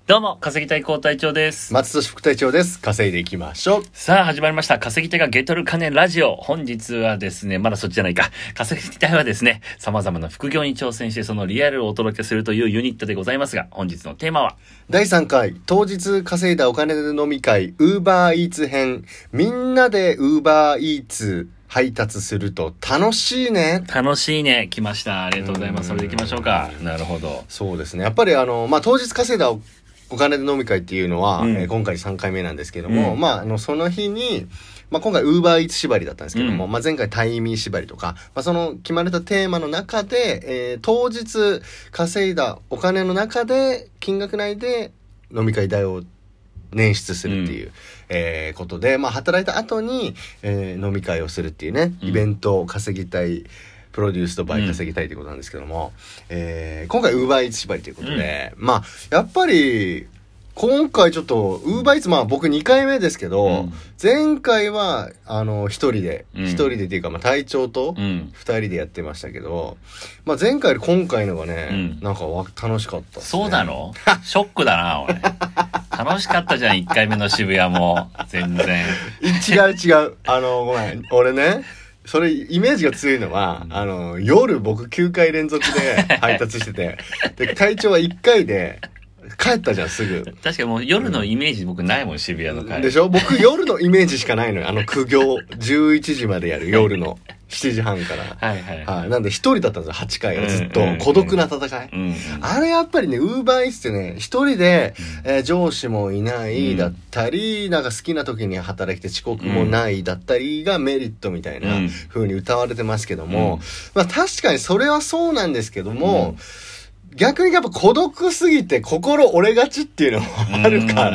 どうも、稼ぎたい高隊長です。 松俊副隊長です。稼いでいきましょう。 さあ、始まりました。稼ぎたいがゲトる金ラジオ。本日はですね、まだそっちじゃないか。稼ぎたいはですね、様々な副業に挑戦してそのリアルをお届けするというユニットでございますが、本日のテーマは第3回、当日稼いだお金で飲み会、ウーバーイーツ編。みんなでウーバーイーツ配達すると楽しいね。 楽しいね。来ました。ありがとうございます。それで行きましょうか。なるほど。 そうですね。やっぱり当日稼いだお金で飲み会っていうのは、今回3回目なんですけども、その日に、今回ウーバーイーツ縛りだったんですけども、前回タイミー縛りとか、その決まれたテーマの中で、当日稼いだお金の中で、金額内で飲み会代を捻出するっていう、ことで、働いた後に、飲み会をするっていうね、イベントを稼ぎたい、プロデュースとバイ稼ぎたいということなんですけども、今回ウーバーイーツ縛りということで、やっぱり今回ちょっとウーバーイーツ僕2回目ですけど、前回は一人でっていうか隊長と2人でやってましたけど、前回より今回のがね、なんか楽しかったっすね。 そうなの？ショックだな俺。楽しかったじゃん1回目の渋谷も全然。 違うごめん俺ね。それ、イメージが強いのは、夜僕9回連続で配達してて、で、隊長は1回で帰ったじゃん、すぐ。 確かにもう夜のイメージ僕ないもん、渋谷の帰り。 でしょ？僕夜のイメージしかないのよ。苦行、11時までやる夜の7時半から。なんで1人だったんですよ、8回はずっと。孤独な戦い。あれやっぱりね、ウーバーイーツってね、1人で、上司もいないだったり、なんか好きな時に働きて遅刻もないだったりがメリットみたいな風に歌われてますけども、確かにそれはそうなんですけども、逆にやっぱ孤独すぎて心折れがちっていうのもあるから、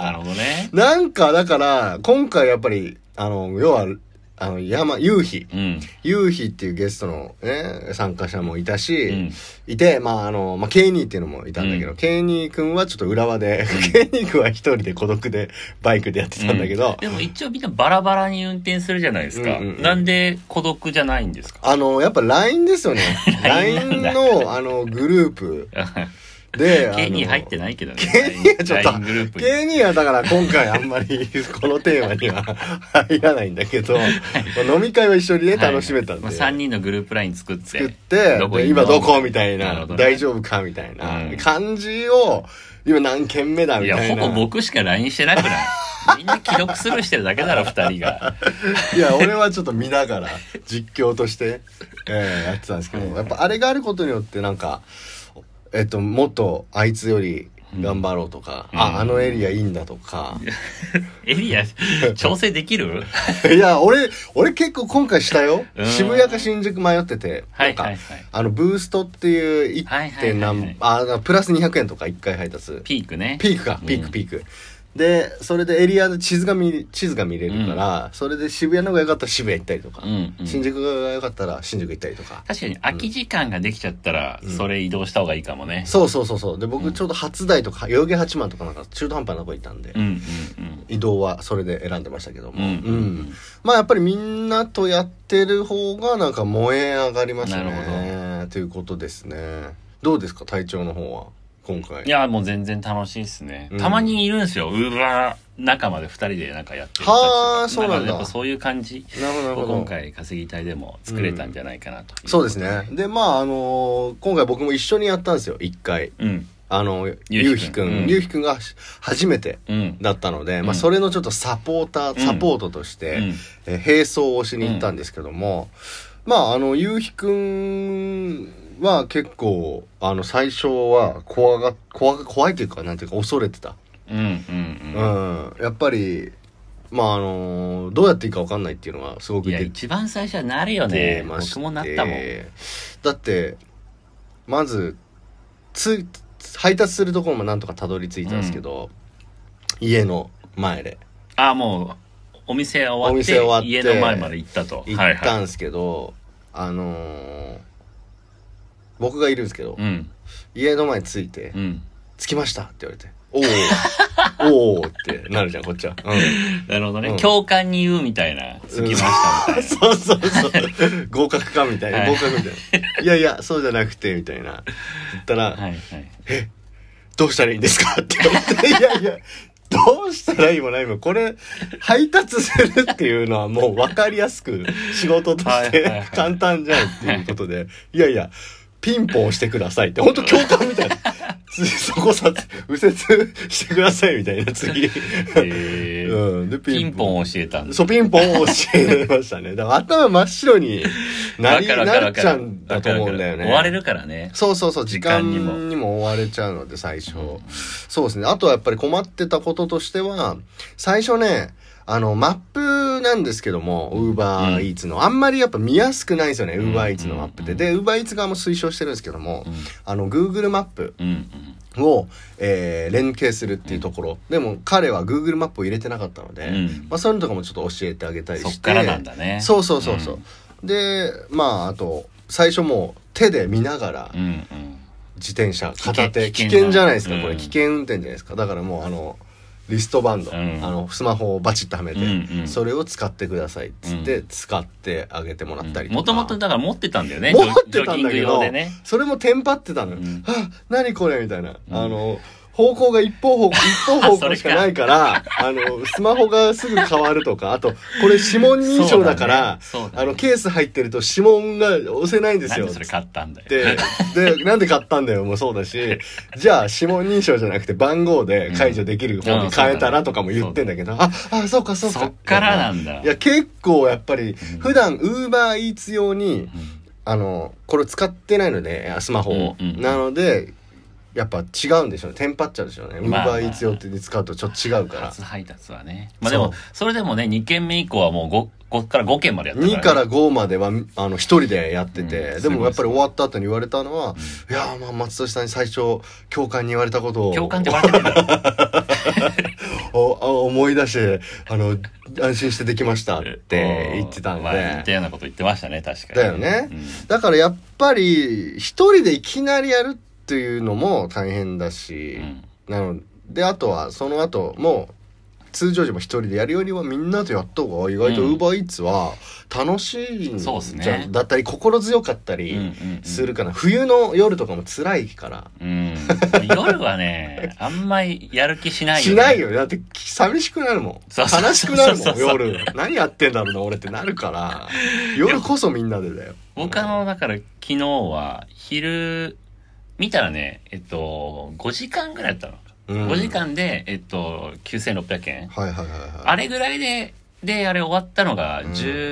なるほどね。 なんかだから、今回やっぱり、要は、夕日っていうゲストのね、参加者もいたし、いて、ケイニーっていうのもいたんだけど、ケイニーくんはちょっと裏輪で、ケイニーくんは一人で孤独でバイクでやってたんだけど。 でも一応みんなバラバラに運転するじゃないですか。なんで孤独じゃないんですか？ やっぱ LINE ですよね。LINE のグループ。で、 ケニー入ってないけどね。 ケニーはちょっと、ケニーはだから今回あんまりこのテーマには入らないんだけど、飲み会は一緒にね、楽しめたんで。 3人のグループライン作って、 今どこみたいな、大丈夫かみたいな感じを、今何件目だみたいな。 いや、ほぼ僕しか LINE してなくない？みんな既読スルーしてるだけだろ、2人が。 いや、俺はちょっと見ながら、実況として、やってたんですけど、やっぱあれがあることによってなんか、もっとあいつより頑張ろうとか、あのエリアいいんだとか。 エリア、調整できる？ いや、俺結構今回したよ。渋谷か新宿迷ってて。なんか、ブーストっていう 1. プラス200円とか1回配達。 ピークね。 ピーク。で、それでエリアで地図が見れるから、それで渋谷の方が良かったら渋谷行ったりとか、新宿が良かったら新宿行ったりとか。 確かに空き時間ができちゃったら、それ移動した方がいいかもね。 そう。で、僕ちょうど初台とか、代々木八幡とかなんか中途半端なとこ行ったんで、移動はそれで選んでましたけども。やっぱりみんなとやってる方がなんか燃え上がりますね。なるほど。ということですね。どうですか、隊長の方は？今回。 いや、もう全然楽しいですね。たまにいるんですよ。ウーバー仲間で2人でなんかやってる人たち。 はあ、そうなんだ。 やっぱそういう感じ。 なるほど。 今回稼ぎたいでも作れたんじゃないかなと。 そうですね。で、今回僕も一緒にやったんですよ、1回。ゆうひくんが初めてだったので、それのちょっとサポートとして、並走をしに行ったんですけども、ゆうひくんは結構最初は怖いというかなんていうか恐れてた。やっぱりどうやっていいか分かんないっていうのはすごく一番最初はなるよね。僕もなったもん。 だってまず配達するところもなんとかたどり着いたんですけど、家の前でもうお店終わって家の前まで行ったと行ったんですけど、僕がいるんですけど、家の前着いて、着きましたって言われて、おーってなるじゃん、こっちは。 なるほどね。共感に言うみたいな、着きましたみたいな。そう。合格かみたいな。合格みたいな。いや、そうじゃなくて、みたいな。言ったら、 どうしたらいいんですかって言われて、いやいや、どうしたらいいもないもん。これ、配達するっていうのはもう分かりやすく仕事として簡単じゃんっていうことで、いやいや、ピンポン押してくださいって、本当共感みたいな。そこ右折してくださいみたいな次。 うん、でピンポン教えたんだ。 そう、ピンポン教えましたね。だから頭真っ白になっちゃうんだと思うんだよね。 追われるからね。 そうそうそう、時間にも追われちゃうので、最初。そうですね。あとはやっぱり困ってたこととしては、最初ね、マップなんですけども、Uber Eats の、あんまりやっぱ見やすくないんですよね、Uber Eats のマップって。で、Uber Eats 側も推奨してるんですけども、Google マップを、連携するっていうところ。でも彼は Google マップを入れてなかったので、まあそういうのとかもちょっと教えてあげたりして。 そっからなんだね。 そうそうそうそう。で、まああと、最初もう手で見ながら、自転車片手、危険じゃないですか、これ危険運転じゃないですか。だからもうリストバンド、スマホをバチッとはめて、それを使ってくださいっつって、使ってあげてもらったりとか。 もともとだから持ってたんだよね。 持ってたんだけど、 ね、 それもテンパってたのよ。何これみたいな。方向が一方方向しかないから、スマホがすぐ変わるとか、あと、これ指紋認証だから、ケース入ってると指紋が押せないんですよ。 なんでそれ買ったんだよ。 で、なんで買ったんだよもそうだし、じゃあ指紋認証じゃなくて番号で解除できる方に変えたらとかも言ってんだけど、そうかそうか。 そっからなんだ。 いや、結構やっぱり、普段 Uber Eats 用に、これ使ってないので、スマホを。なので、やっぱ違うんでしょうね。テンパっちゃうでしょうね。Uber Eats 用って使うとちょっと違うから。 初配達はね。まあでも、それでもね、2件目以降はもう5から5件までやったから、 ね。2から5までは、1人でやってて、でもやっぱり終わった後に言われたのは、いやまあ松俊さんに最初、教官に言われたことを。 教官って言われてるんだ。 思い出して、安心してできましたって言ってたんで。 似たようなこと言ってましたね、確かに。 だよね。だからやっぱり、一人でいきなりやるっていうのも大変だし、なので、あとはその後も通常時も一人でやるよりはみんなとやった方が意外と Uber Eats は楽しいんじゃん、だったり心強かったりするかな。冬の夜とかも辛いから、 夜はねあんまりやる気しないよね。 しないよ。だって寂しくなるもん。悲しくなるもん。夜何やってんだろうな俺ってなるから、夜こそみんなでだよ。 僕だから昨日は昼見たらね、5時間ぐらいだったの。5時間で、9600円。あれぐらいで、あれ終わったのが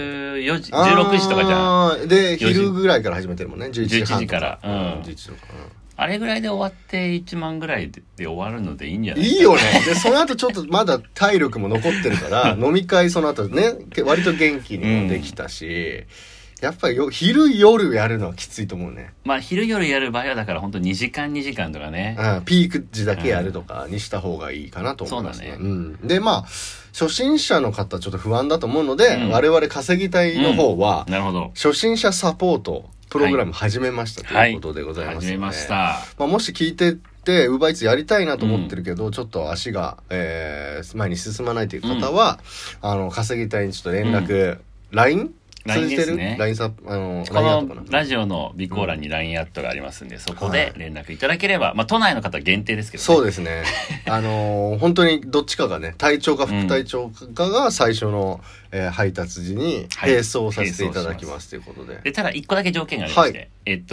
14時、16時とかじゃん。 で、昼ぐらいから始めてるもんね。11時から。あれぐらいで終わって1万ぐらいで終わるのでいいんじゃない？ いいよね。で、その後ちょっとまだ体力も残ってるから、飲み会その後ね、割と元気にもできたし、やっぱり昼夜やるのはきついと思うね。 まあ昼夜やる場合はだから本当2時間とかね。 ピーク時だけやるとかにした方がいいかなと思いますね。で、まあ、初心者の方ちょっと不安だと思うので、我々稼ぎ隊の方は、 なるほど。 初心者サポートプログラム始めましたということでございますので、 始めました。 まあ、もし聞いてて、Uber Eats やりたいなと思ってるけど、ちょっと足が、前に進まないという方は、稼ぎ隊にちょっと連絡、LINE？ LINE ですね。 LINE このラジオの備考欄に LINE アットがありますんで、そこで連絡いただければ、まあ都内の方限定ですけどね。 そうですね。本当にどっちかがね、隊長か副隊長かが最初の、配達時に並走させていただきますということで。 で、ただ一個だけ条件がありまして、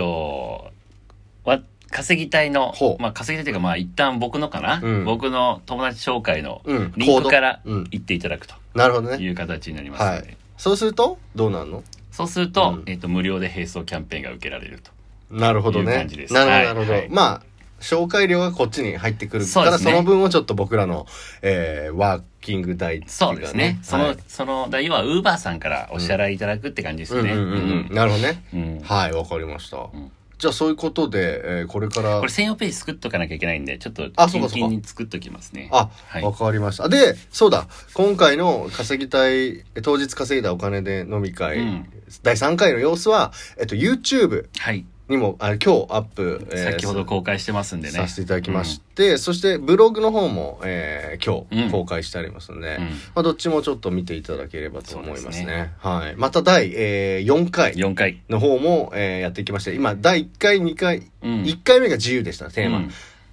稼ぎ隊の、まあ稼ぎ隊というか、まあ一旦僕のかな、僕の友達紹介のリンクから行っていただくと。 なるほどね。 いう形になりますので。 そうするとどうなるの？ そうすると、無料で並走キャンペーンが受けられると。 なるほどね。いう感じです。 なるほど。まあ、紹介料がこっちに入ってくるから、その分をちょっと僕らの、ワーキング代っていうかね。 そうですね。要は、ウーバーさんからお支払いいただくって感じですね。 なるほどね。はい、わかりました。じゃあそういうことで、これから。 これ専用ページ作っとかなきゃいけないんで、ちょっと、キンキンに作っときますね。 わかりました。で、そうだ、今回の稼ぎたい、当日稼いだお金で飲み会、第3回の様子は、YouTube。にも今日アップ、 先ほど公開してますんでねさせていただきまして、そしてブログの方も、今日公開してありますので、まあ、どっちもちょっと見ていただければと思いますね。はい。また第、4回の方も、やっていきまして、今第1回2回、1回目が自由でしたテーマ、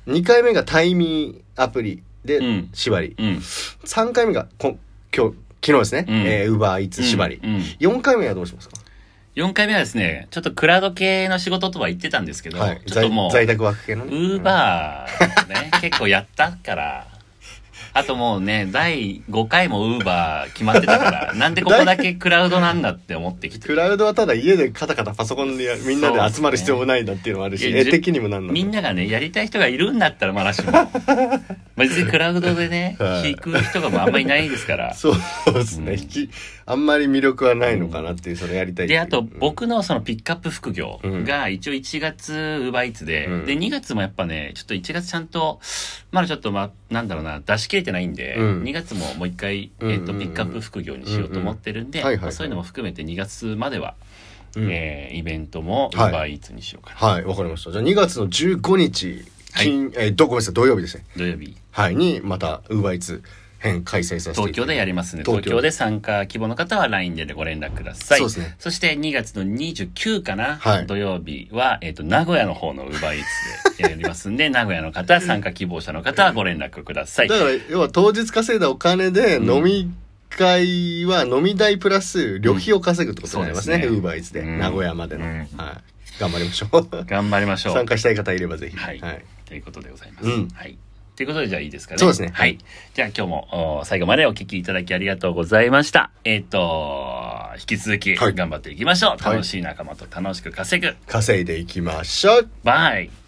2回目がタイミーアプリで縛り。3回目が昨日ですね。Uber Eats 縛り。4回目はどうしますか ？4回目はですね、ちょっとクラウド系の仕事とは言ってたんですけど、ちょっともう、 在宅ワーク系のね。 Uber ね、結構やったから、あともうね、第5回もUber決まってたから、なんでここだけクラウドなんだって思ってきて。 クラウドはただ家でカタカタパソコンでみんなで集まる必要もないんだっていうのもあるし、絵的にもなんだ。 みんながね、やりたい人がいるんだったらまだしも。別にクラウドでね、引く人がもうあんまりいないですから。 そうですね。あんまり魅力はないのかなっていう、それやりたい。 で、あと僕のそのピックアップ副業が一応1月Uber Eatsで、で、2月もやっぱね、ちょっと1月ちゃんと、まだちょっとなんだろうな、出し切れてないんで、2月ももう一回、ピックアップ副業にしようと思ってるんで、そういうのも含めて2月までは、イベントも Uber Eats にしようかな。はい、わかりました。じゃあ2月の15日、ごめんなさい、土曜日ですね。 土曜日。 はい、に、また Uber Eats編開催させて東京でやりますね。東京で参加希望の方は LINE でご連絡ください。そうですね。そして2月の29かな、土曜日は、名古屋の方の Uber Eats でやりますんで、名古屋の方、参加希望者の方はご連絡ください。 だから、要は当日稼いだお金で飲み会は飲み代プラス旅費を稼ぐってことになりますね。Uber Eats で、名古屋までの。はい。頑張りましょう。 頑張りましょう。 参加したい方いればぜひ。 はい。ということでございます。はい。ということでじゃあいいですかね。 そうですね。 はい。じゃあ今日も最後までお聞きいただきありがとうございました。引き続き頑張っていきましょう。楽しい仲間と楽しく稼ぐ。 稼いでいきましょう。 バイ。